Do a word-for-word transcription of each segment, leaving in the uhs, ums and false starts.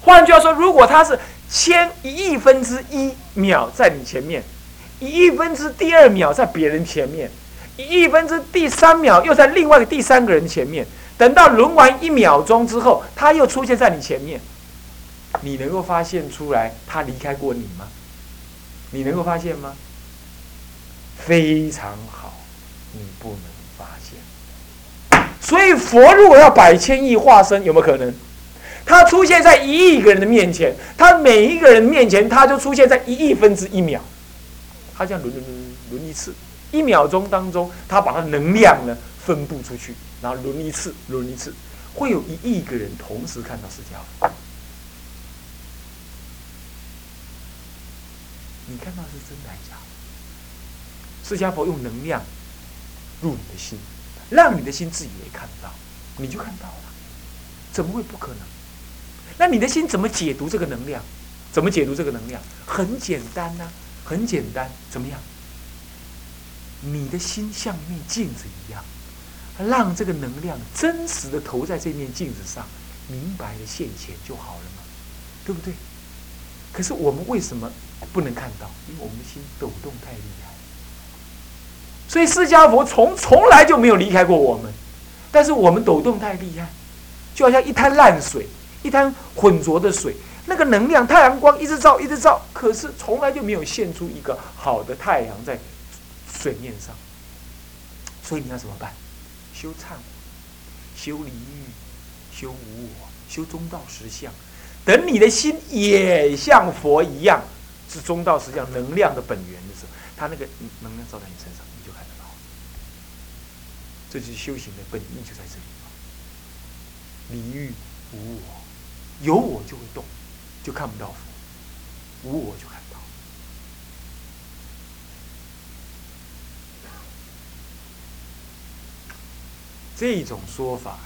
换句话说，如果它是千一亿分之一秒在你前面，一亿分之第二秒在别人前面，一亿分之第三秒又在另外一个第三个人前面，等到轮完一秒钟之后，它又出现在你前面，你能够发现出来它离开过你吗？你能够发现吗？非常好，你不能发现。所以佛如果要百千亿化身，有没有可能？他出现在一亿个人的面前，他每一个人面前，他就出现在一亿分之一秒。他这样轮轮轮轮一次，一秒钟当中，他把他能量呢分布出去，然后轮一次，轮一次，会有一亿个人同时看到释迦佛。你看到是真的还是假的？释迦佛用能量入你的心，让你的心自己也看到，你就看到了，怎么会不可能？那你的心怎么解读这个能量？怎么解读这个能量？很简单呐、啊，很简单。怎么样？你的心像一面镜子一样，让这个能量真实的投在这面镜子上，明白的现前就好了嘛，对不对？可是我们为什么不能看到？因为我们的心抖动太厉害。所以释迦佛从从来就没有离开过我们，但是我们抖动太厉害，就好像一滩烂水。一滩浑浊的水，那个能量，太阳光一直照，一直照，可是从来就没有现出一个好的太阳在水面上。所以你要怎么办？修忏悔，修离欲，修无我，修中道实相。等你的心也像佛一样，是中道实相能量的本源的时候，它那个能量照在你身上，你就看得到。这就是修行的本意，就在这里。离欲无我。有我就会动，就看不到佛；无我就看到。这种说法，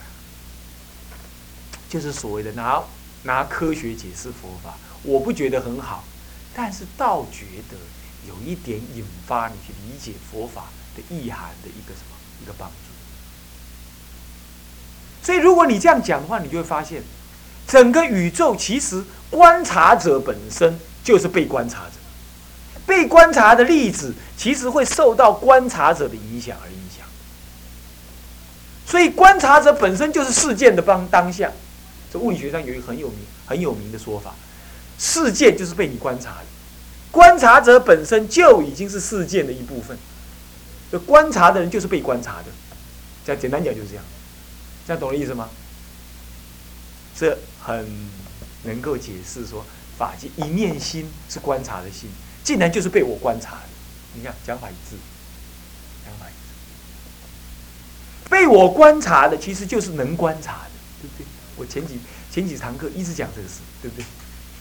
就是所谓的拿拿科学解释佛法。我不觉得很好，但是倒觉得有一点引发你去理解佛法的意涵的一个什么一个帮助。所以，如果你这样讲的话，你就会发现。整个宇宙其实观察者本身就是被观察者，被观察的粒子其实会受到观察者的影响而影响，所以观察者本身就是事件的当当下。这物理学上有一个很有名很有名的说法，事件就是被你观察的，观察者本身就已经是事件的一部分，这观察的人就是被观察的。这样简单讲就是这样，这样懂了意思吗？这很能够解释说，法界一念心是观察的心，竟然就是被我观察的。你看讲法一致，讲法一致，被我观察的其实就是能观察的，对不对？我前几前几堂课一直讲这个事，对不对？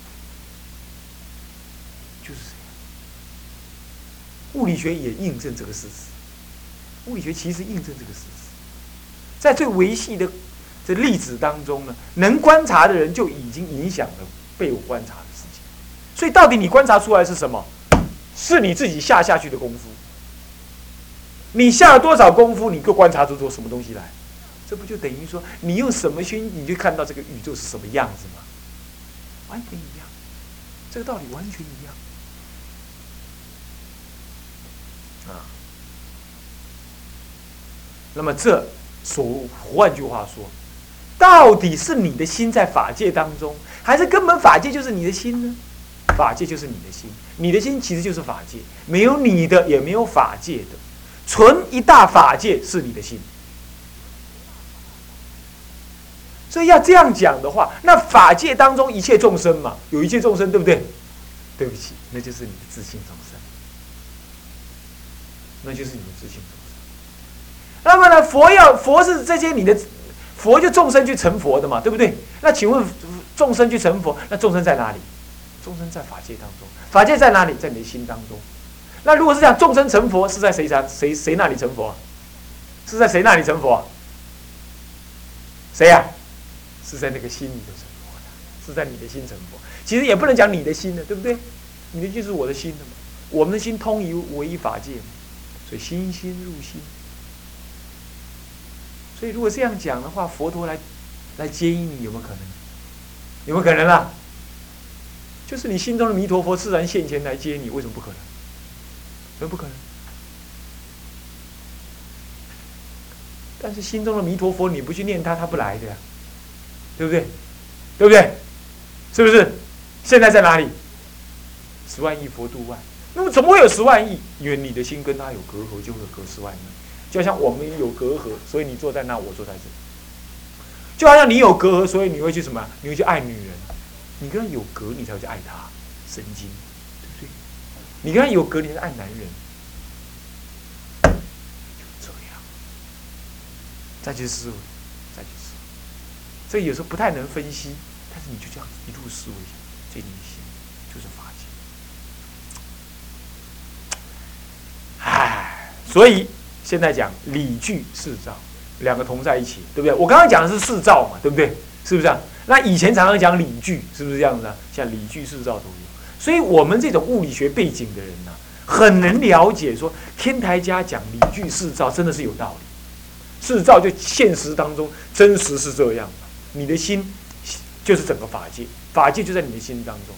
就是这样。物理学也印证这个事实，物理学其实印证这个事实，在最微细的。这粒子当中呢，能观察的人就已经影响了被我观察的事情。所以，到底你观察出来是什么？是你自己下下去的功夫。你下了多少功夫，你就观察出出什么东西来？这不就等于说，你用什么心，你就看到这个宇宙是什么样子吗？完全一样，这个道理完全一样。啊，那么这所换句话说。到底是你的心在法界当中，还是根本法界就是你的心呢？法界就是你的心，你的心其实就是法界，没有你的，也没有法界的，纯一大法界是你的心。所以要这样讲的话，那法界当中一切众生嘛，有一切众生，对不对？对不起，那就是你的自性众生，那就是你的自性众生。那么呢，佛要佛是这些你的。佛就众生去成佛的嘛，对不对？那请问众生去成佛，那众生在哪里？众生在法界当中，法界在哪里？在你的心当中。那如果是讲众生成佛，是在谁家谁谁那里成佛？是在谁那里成佛？谁呀、啊？是在那个心里头成佛的，是在你的心成佛。其实也不能讲你的心了，对不对？你的就是我的心了嘛。我们的心通于唯一法界，所以心心入心。所以，如果这样讲的话，佛陀来来接引你，有没有可能？有没有可能啊？ 就是你心中的弥陀佛自然现前来接你，为什么不可能？为什么不可能？但是心中的弥陀佛，你不去念他，他不来的呀，对不对？对不对？是不是？现在在哪里？十万亿佛度万，那么怎么会有十万亿？因为你的心跟他有隔阂，就会有隔十万亿。就像我们有隔阂，所以你坐在那，我坐在这。就好像你有隔阂，所以你会去什么？你会去爱女人。你跟他有隔，你才会去爱他，神经，对不对？你跟他有隔，你是爱男人，就这样。再去思维，再去思维。这有时候不太能分析，但是你就这样一路思维，这你的心就是法界。唉，所以现在讲理具事照，两个同在一起，对不对？我刚刚讲的是事照嘛，对不对？是不是这样？那以前常常讲理具，是不是这样子啊？像理具事照都有。所以我们这种物理学背景的人呢、啊，很能了解说天台家讲理具事照真的是有道理。事照就现实当中真实是这样的，你的心就是整个法界，法界就在你的心当中。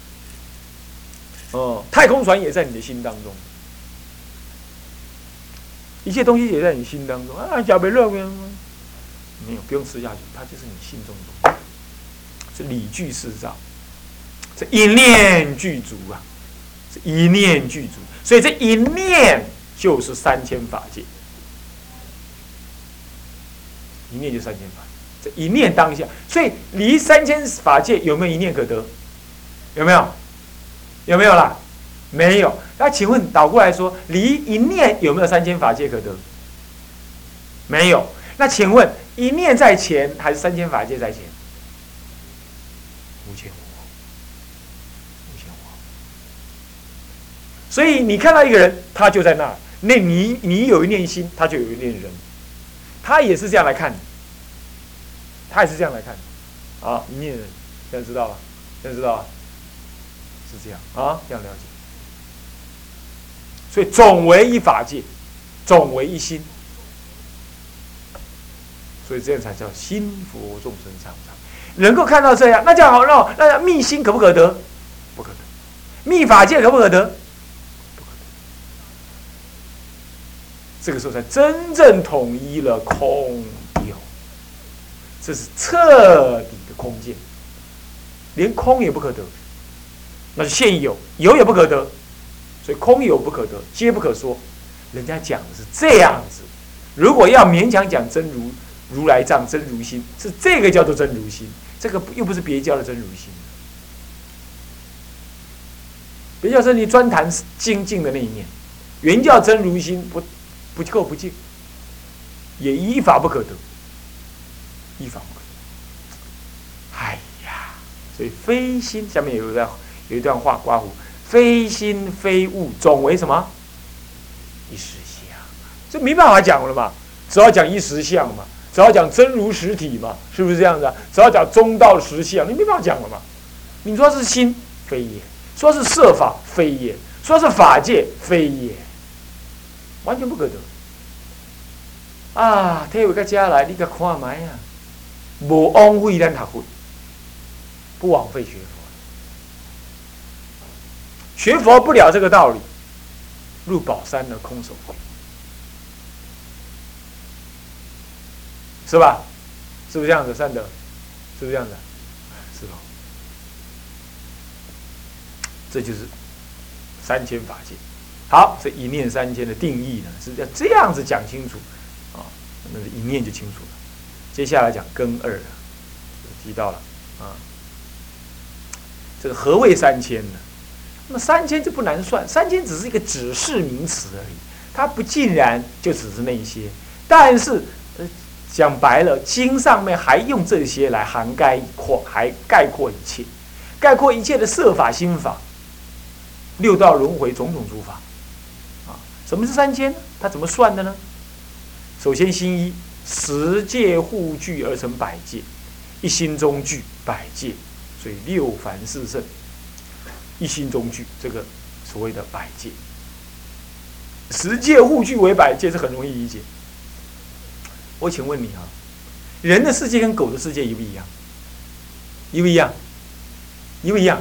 哦，太空船也在你的心当中，一切东西也在你心当中啊！小北乐观没有，不用吃下去，它就是你心中的，是理具事照，是一念具足啊，是一念具足，所以这一念就是三千法界，一念就三千法界，这一念当下，所以离三千法界有没有一念可得？有没有？有没有啦？没有。那请问倒过来说，离一念有没有三千法界可得？没有。那请问一念在前还是三千法界在前？无前无后，无前无后。所以你看到一个人，他就在那儿，那你你有一念心，他就有一念人，他也是这样来看你，他也是这样来看你。啊，一念人，现在知道了，现在知道了，是这样啊，这样了解。所以总为一法界，总为一心。所以这样才叫心佛众生常常能够看到这样，那这样好，那那密心可不可得？不可得。密法界可不可得？不可得。这个时候才真正统一了空有，这是彻底的空见，连空也不可得，那就现有，有也不可得，所以空有不可得，皆不可说。人家讲的是这样子，如果要勉强讲真如。如来藏真如心是这个叫做真如心，这个又不是别教的真如心。别教真你专谈精进的那一面，原教真如心不不够不净，也依法不可得，依法不可得。哎呀，所以非心下面有一段有一段话刮胡，非心非物，总为什么？一实相，这没办法讲了嘛，只要讲一实相嘛。只要讲真如实体嘛，是不是这样子啊？只要讲中道实相，你没办法讲了嘛。你说是心，非也；说是设法，非也；说是法界，非也，完全不可得。啊，退回到家来，你甲看卖啊，无枉费咱学佛，不枉费学佛。学佛不了这个道理，入宝山而空手回。是吧？是不是这样子？善德，是不是这样子？是吧？这就是三千法界。好，这一念三千的定义呢，是要这样子讲清楚啊，那一念就清楚了。接下来讲根二，提到了啊，这个何谓三千呢？那么三千就不难算，三千只是一个指示名词而已，它不尽然就只是那一些，但是呃。讲白了，经上面还用这些来涵盖括，还概括一切，概括一切的色法、心法、六道轮回种种诸法，啊，什么是三千呢？它怎么算的呢？首先，心一，十界互聚而成百界，一心中聚百界，所以六凡四圣，一心中聚这个所谓的百界，十界互聚为百界，是很容易理解。我请问你啊，人的世界跟狗的世界一不一样？一不一样？一不一样？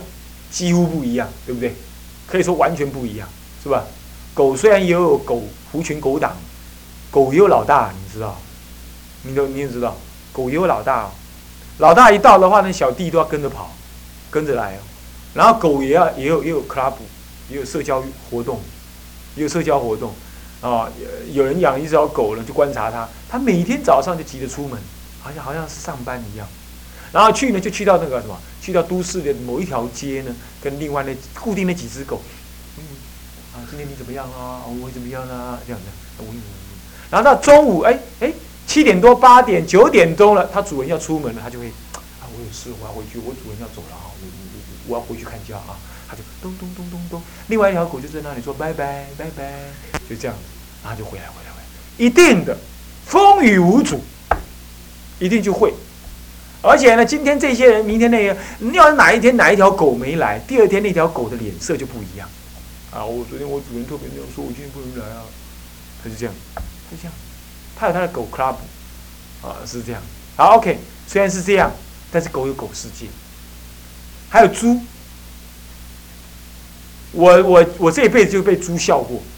几乎不一样，对不对？可以说完全不一样，是吧？狗虽然也有狗狐群狗党，狗也有老大，你知道？你都你也知道，狗也有老大哦。老大一到的话，那小弟都要跟着跑，跟着来哦。然后狗也要也有也有 club， 也有社交活动，也有社交活动啊。有人养一只狗呢，就观察它，它每天早上就急着出门，好像好像是上班一样。然后去呢，就去到那个什么，去到都市的某一条街呢，跟另外那固定的几只狗，嗯，啊，今天你怎么样啊？我会怎么样啊？这样的，我然后到中午，哎哎，七点多、八点、九点钟了，它主人要出门了，它就会，啊，我有事，我要回去，我主人要走了啊，我我我要回去看家啊，它就咚咚咚咚咚，另外一条狗就在那里说拜拜拜拜，就这样子，然后就回来回来回来，一定的，风雨无阻，一定就会。而且呢，今天这些人，明天那个，你要是哪一天哪一条狗没来，第二天那条狗的脸色就不一样。啊，我昨天我主人特别那样说，我今天不能来啊。他就这样，他就这样，他有他的狗 club， 啊，是这样。好 ，OK， 虽然是这样，但是狗有狗世界，还有猪。我我我这一辈子就被猪笑过，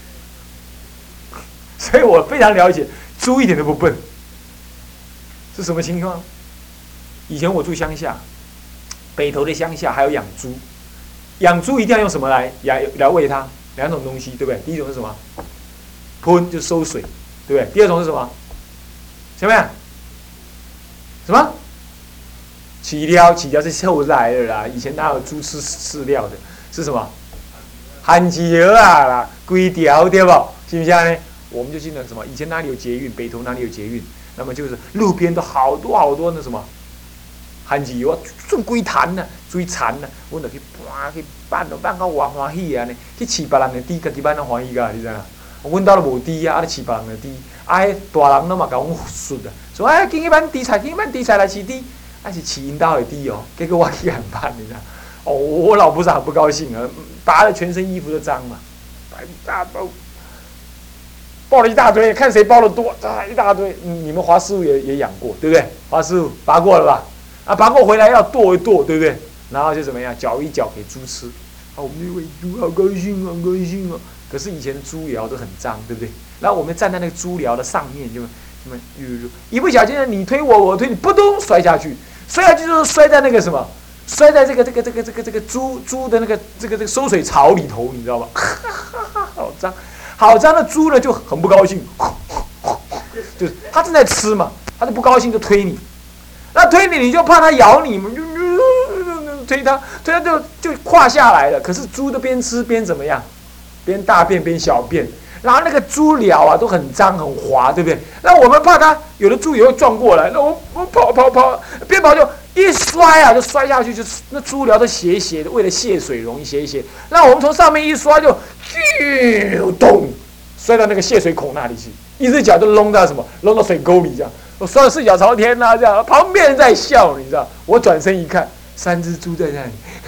所以我非常了解，猪一点都不笨。是什么情况？以前我住乡下，北投的乡下还有养猪，养猪一定要用什么来来来喂它？两种东西，对不对？第一种是什么？喷就收水，对不对？第二种是什么？什么呀？什么？饲料，饲料是后来的啦，以前哪有猪吃饲料的？是什么？番薯啊啦，规条对不？是不是呢？我们就记得什么？以前哪里有捷运？北投哪里有捷运？那么就是路边都好多好多那什么。番薯啊，种几坛呐，几田呐，阮就去搬去办咯，办到偌欢喜啊呢！去饲别人的猪，家己办到欢喜个，你知影？阮兜都无猪啊，啊咧饲别人的猪，啊，迄大人拢嘛甲阮说啊，说哎，今日办猪菜，今日办猪菜来饲猪，啊是饲因兜的猪哦，结果我去喊办，你知道？哦，我老婆是很不高兴啊，拔了全身衣服都脏嘛，拔一大包，抱了一大堆，看谁包的多，啊一大堆。你们华师傅也也养过，对不对？华师傅拔过了吧？啊，拔过回来要剁一剁，对不对？然后就怎么样，搅一搅给猪吃。啊，我们那喂猪好高兴啊，高兴啊！可是以前的猪寮都很脏，对不对？然后我们站在那个猪寮的上面，就什么，一不小心你推我，我推你，扑通摔下去，摔下去就是摔在那个什么，摔在这个这个这个这个这个猪猪的那个这个这个收水槽里头，你知道吗？好脏，好脏的猪呢就很不高兴，就是它正在吃嘛，它就不高兴就推你。那推你，你就怕它咬你嘛，就推它，推它就就跨下来了。可是猪都边吃边怎么样？边大便边小便，然后那个猪寮啊都很脏很滑，对不对？那我们怕它，有的猪也会撞过来，那我我跑跑跑，边跑就一摔啊，就摔下去，就那猪寮都斜斜的，为了泄水容易斜斜。那我们从上面一摔就，就咚，摔到那个泄水孔那里去，一只脚就弄到什么，弄到水沟里这样。我摔得四脚朝天啊，这样旁边人在笑，你知道？我转身一看，三只猪在那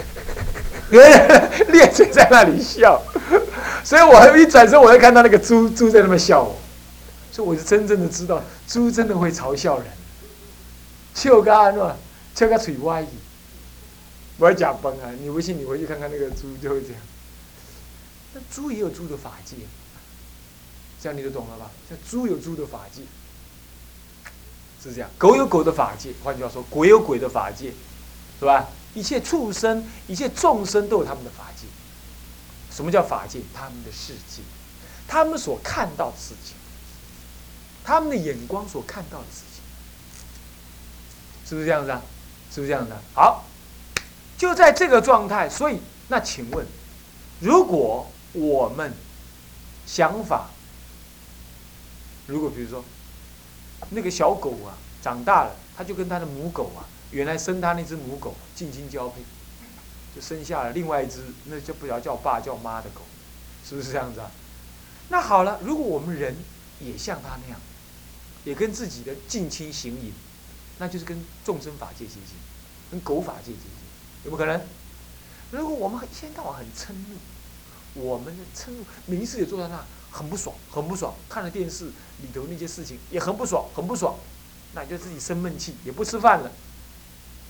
里，咧嘴在那里笑，所以我一转身，我就看到那个猪猪在那边笑我，所以我就真正的知道，猪真的会嘲笑人，笑个安怎，笑个嘴歪，我要假崩啊！你不信，你回去看看那个猪就会这样。那猪也有猪的法界，这样你就懂了吧？像猪有猪的法界。是这样，狗有狗的法界，换句话说，鬼有鬼的法界，是吧？一切畜生、一切众生都有他们的法界。什么叫法界？他们的世界，他们所看到的事情，他们的眼光所看到的事情，是不是这样子啊？是不是这样子啊？好，就在这个状态，所以那请问，如果我们想法，如果比如说。那个小狗啊，长大了，它就跟它的母狗啊，原来生它那只母狗近亲交配，就生下了另外一只，那就不晓得叫爸叫妈的狗，是不是这样子啊？那好了，如果我们人也像它那样，也跟自己的近亲行淫，那就是跟众生法界接近，跟狗法界接近，有没有可能？如果我们一天到晚很嗔怒，我们的嗔怒，没事也坐在那。很不爽，很不爽，看了电视里头那些事情也很不爽，很不爽，那你就自己生闷气，也不吃饭了，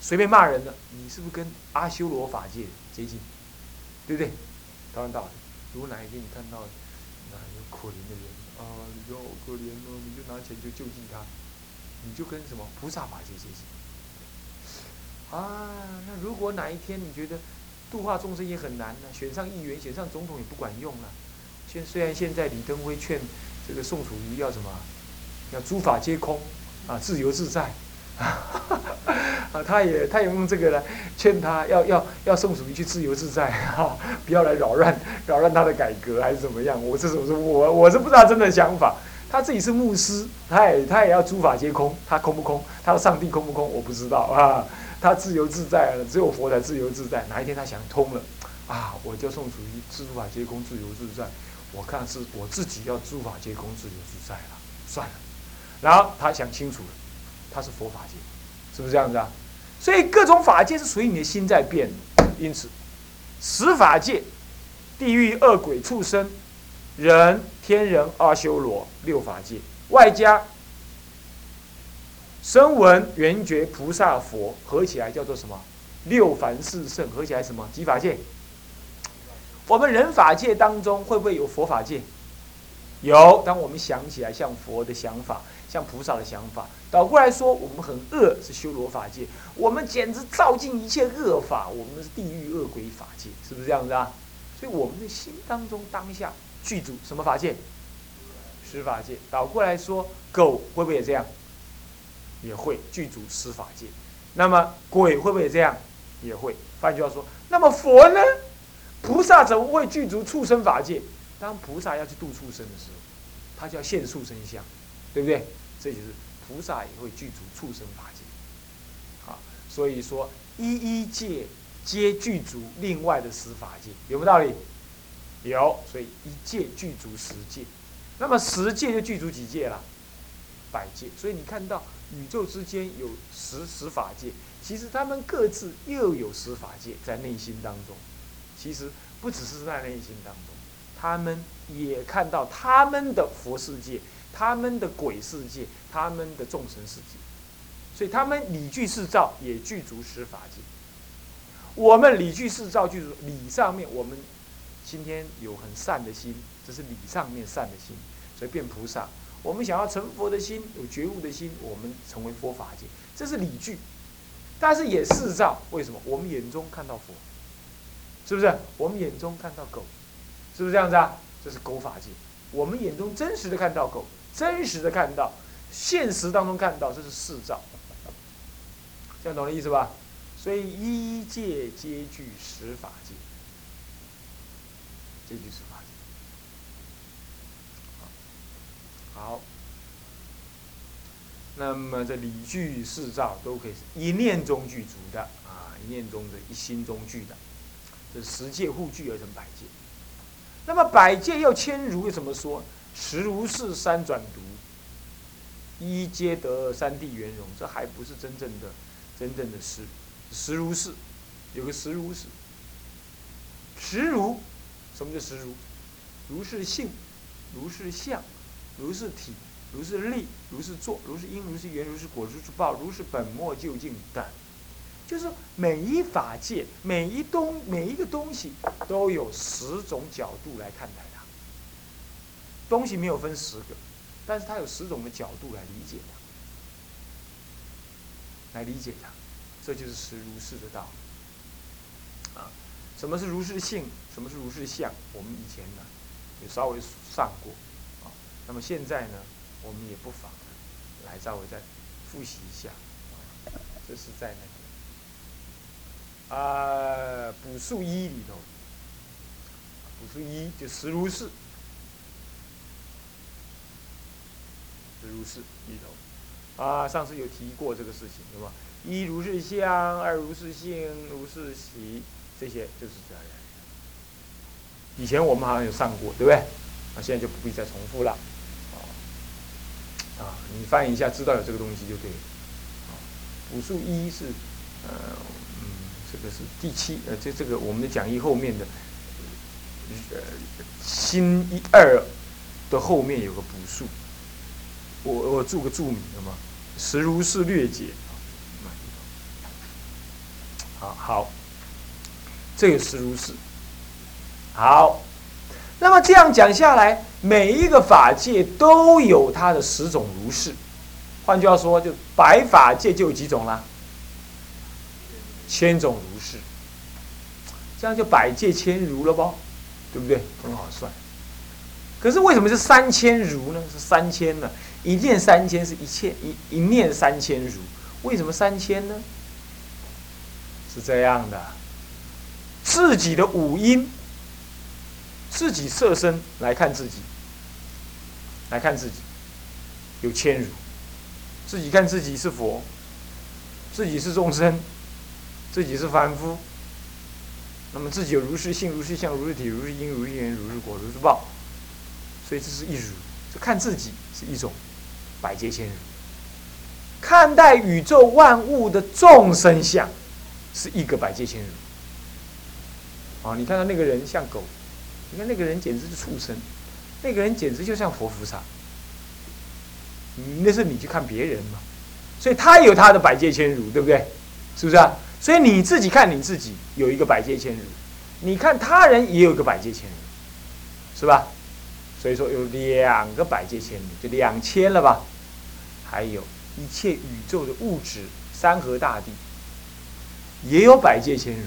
随便骂人了，你是不是跟阿修罗法界接近？对不对？同样道理，如果哪一天你看到哪一个可怜的人啊，你说好可怜哦，你就拿钱就救济他，你就跟什么菩萨法界接近。啊，那如果哪一天你觉得度化众生也很难呢，选上议员、选上总统也不管用了。现虽然现在李登辉劝这个宋楚瑜要什么，要诸法皆空，啊，自由自在，啊，他也他也用这个来劝他要要要宋楚瑜去自由自在，哈、啊，不要来扰乱扰乱他的改革还是怎么样？我这是我说我我是不知道真的想法。他自己是牧师，他也他也要诸法皆空，他空不空？他的上帝空不空？我不知道啊。他自由自在了，只有佛才自由自在。哪一天他想通了，啊，我就宋楚瑜诸法皆空，自由自在。我看是我自己要诸法皆空，自由自在了，算了。然后他想清楚了，他是佛法界，是不是这样子啊？所以各种法界是随你的心在变的。因此，十法界，地狱、恶鬼、畜生、人、天人、阿修罗六法界，外加声闻、缘觉、菩萨、佛，合起来叫做什么？六凡四圣，合起来什么？几法界？我们人法界当中会不会有佛法界？有。当我们想起来像佛的想法，像菩萨的想法，倒过来说，我们很恶是修罗法界，我们简直造尽一切恶法，我们是地狱恶鬼法界，是不是这样子啊？所以我们的心当中当下具足什么法界？十法界。倒过来说，狗会不会也这样？也会具足十法界。那么鬼会不会也这样？也会。换句话说，那么佛呢？菩萨怎么会具足畜生法界？当菩萨要去度畜生的时候，他就要现畜生相，对不对？这就是菩萨也会具足畜生法界。好，所以说一一界皆具足另外的十法界，有没有道理？有。所以一界具足十界，那么十界就具足几界了？百界。所以你看到宇宙之间有十十法界，其实他们各自又有十法界在内心当中。其实不只是在内心当中，他们也看到他们的佛世界、他们的鬼世界、他们的众神世界，所以他们理具四照也具足十法界。我们理具四照具足理上面，我们今天有很善的心，这是理上面善的心，所以变菩萨。我们想要成佛的心，有觉悟的心，我们成为佛法界，这是理具。但是也四照，为什么？我们眼中看到佛。是不是？我们眼中看到狗，是不是这样子啊？这是狗法界。我们眼中真实的看到狗，真实的看到，现实当中看到，这是四照。这样懂了意思吧？所以一界皆具十法界，皆具十法界。好，那么这理具四照都可以是一念中具足的啊，一念中的一心中具的。这十界互具而成百界，那么百界又千如，又怎么说？十如是三转读，一皆得三谛圆融，这还不是真正的、真正的十十如是，有个十如是。十如，什么叫十如？如是性，如是相，如是体，如是力，如是作，如是因，如是缘，如是果，如是报，如是本末究竟等。就是每一法界、每一东、每一个东西都有十种角度来看待它。东西没有分十个，但是它有十种的角度来理解它，来理解它，这就是十如是的道理。啊，什么是如是性？什么是如是相？我们以前呢有稍微上过，啊，那么现在呢，我们也不妨来稍微再复习一下。这是在那个。啊，补数一里头，补数一就十如是，十如是里头，啊，上次有提过这个事情，对吧？一如是相，二如是性，如是习，这些就是这样。以前我们好像有上过，对不对？啊，现在就不必再重复了。啊，你翻译一下，知道有这个东西就对了。啊，补数一是，呃。这个是第七，呃，这这个我们的讲义后面的，呃，新一二的后面有个补数，我我注个注明了嘛，实如是略解。 啊，好，这个是如是。好，那么这样讲下来，每一个法界都有它的十种如是。换句话说，就百法界就有几种啦？千种如是。这样就百界千如了吧？对不对？很好算。可是为什么是三千如呢？是三千呢？一念三千是一切一一念三千如。为什么三千呢？是这样的，自己的五阴，自己设身来看自己，来看自己，有千如。自己看自己是佛，自己是众生，自己是凡夫。那么自己有如是性、如是相、如是体、如是因、如是缘、如是果、如是报，所以这是一如。就看自己是一种百界千如，看待宇宙万物的众生相是一个百界千如。啊，你看到那个人像狗，你看那个人简直是畜生，那个人简直就像佛菩萨。那是你去看别人嘛，所以他有他的百界千如，对不对？是不是啊？所以你自己看你自己有一个百界千如，你看他人也有一个百界千如，是吧？所以说有两个百界千如，就两千了吧？还有一切宇宙的物质，山河大地也有百界千如，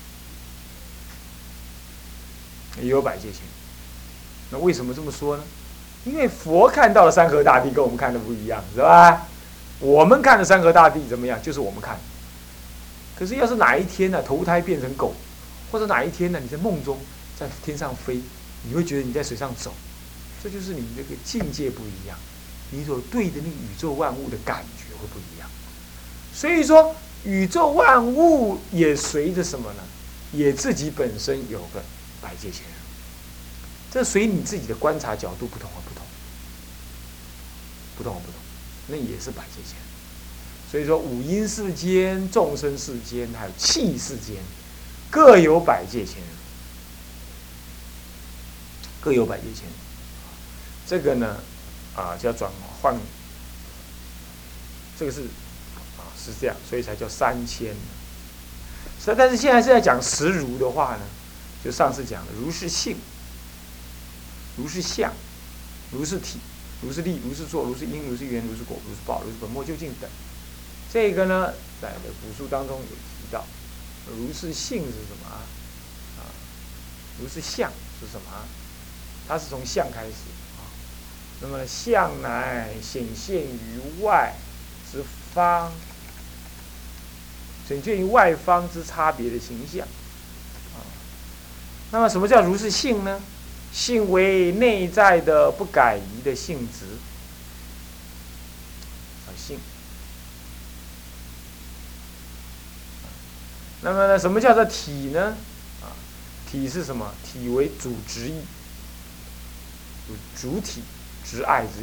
也有百界千如。那为什么这么说呢？因为佛看到的山河大地跟我们看的不一样，是吧？我们看的山河大地怎么样？就是我们看。可是要是哪一天呢、啊，投胎变成狗，或者哪一天呢、啊，你在梦中在天上飞，你会觉得你在水上走，这就是你这个境界不一样，你所对的那个宇宙万物的感觉会不一样。所以说，宇宙万物也随着什么呢？也自己本身有个百界千如。这随你自己的观察角度不同而不同，不同而不同，那也是百界千如。所以说，五阴世间、众生世间，还有气世间，各有百界千如，各有百界千如。这个呢，啊，叫转换，这个是啊是这样，所以才叫三千。是，但是现在是在讲实如的话呢，就上次讲的如是性。如是相，如是体，如是力，如是作，如是因，如是缘，如是果，如是报，如是本末究竟等。这个呢，在古书当中有提到，如是性是什么啊？啊，如是相是什么啊？它是从相开始啊。那么相乃显现于外之方，显现于外方之差别的形象。啊，那么什么叫如是性呢？性为内在的不改移的性质，啊，性。那么呢，什么叫做体呢？啊，体是什么？体为主直意，主体直爱之意。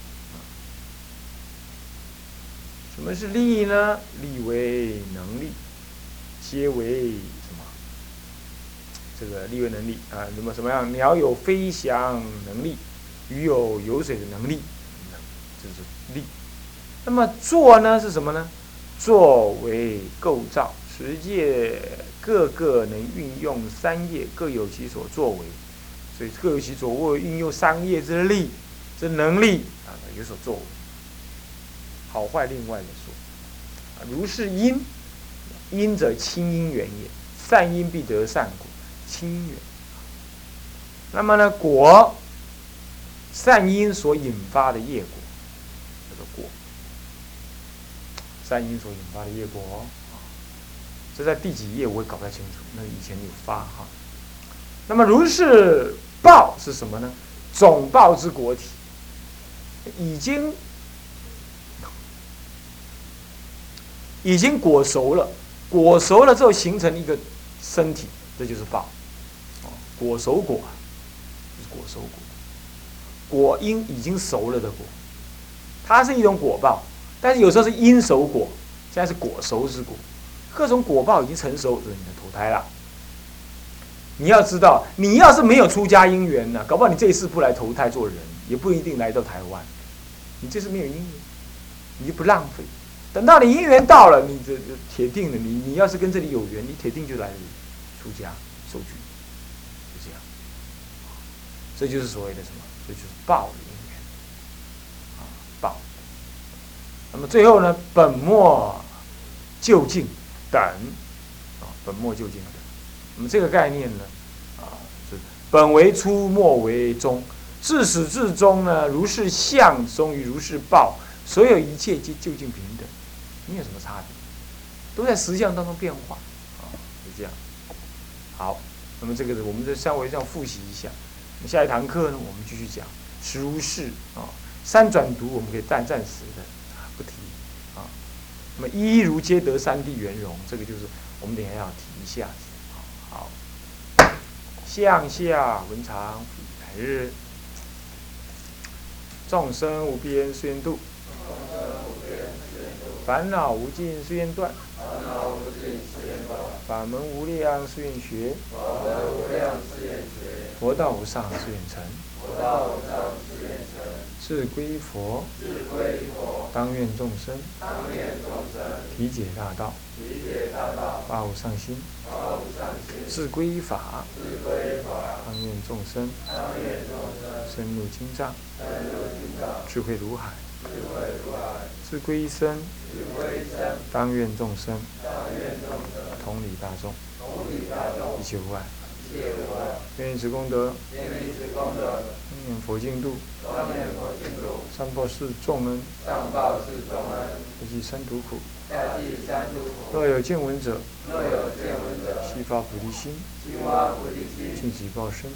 什么是力呢？力为能力，皆为什么？这个力为能力啊，什么什么样？鸟有飞翔能力，鱼有游水的能力，这是力。那么作呢是什么呢？作为构造，十界各个能运用三业，各有其所作为，所以各有其所为，运用三业之力、之能力啊，有所作为。好坏另外的说，如是因，因者亲因缘也，善因必得善果。亲缘，那么呢？果，善因所引发的业果，叫做果。善因所引发的业果，这在第几页我也搞不太清楚，那以前有发哈。那么如是报是什么呢？总报之果体，已经已经果熟了，果熟了之后形成一个身体，这就是报。果熟果，就是果熟果，果因已经熟了的果，它是一种果报，但是有时候是因熟果，现在是果熟之果，各种果报已经成熟，就是你的投胎了。你要知道，你要是没有出家因缘呢，搞不好你这一世不来投胎做人，也不一定来到台湾。你这次没有因缘，你就不浪费。 等到你因缘到了，你这这铁定的，你你要是跟这里有缘，你铁定就来这里出家受具，就这样。这就是所谓的什么？这就是报的因缘啊，报。那么最后呢，本末究竟等啊，本末究竟等。那么这个概念呢，啊，是本为初，末为终，自始至终呢，如是相，终于如是报，所有一切皆究竟平等，没有什么差别，都在实相当中变化啊，是这样。好，那么这个我们再稍微这样复习一下。那么下一堂课呢，我们继续讲实如是啊，三转读我们可以暂暂时的不提啊。那么一一如皆得三谛圆融，这个就是我们等一下要提一下。好，向下文长来日，众生无边誓愿度，烦恼无尽誓愿断，法门无量誓愿学，佛道无上誓愿成。是归佛，当愿众生体解大道，发无上心；是归法，当愿众生深入经藏，智慧如海；是归身，当愿众生同理大众，一切无碍。愿以此功德，当愿佛净土，三报四重恩，不计三途苦。若有见闻者，悉发菩提心，尽己报身，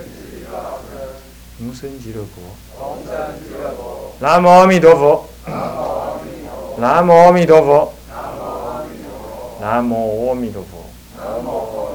同生极乐国。南无阿弥陀佛。南无阿弥陀佛。南无阿弥陀佛。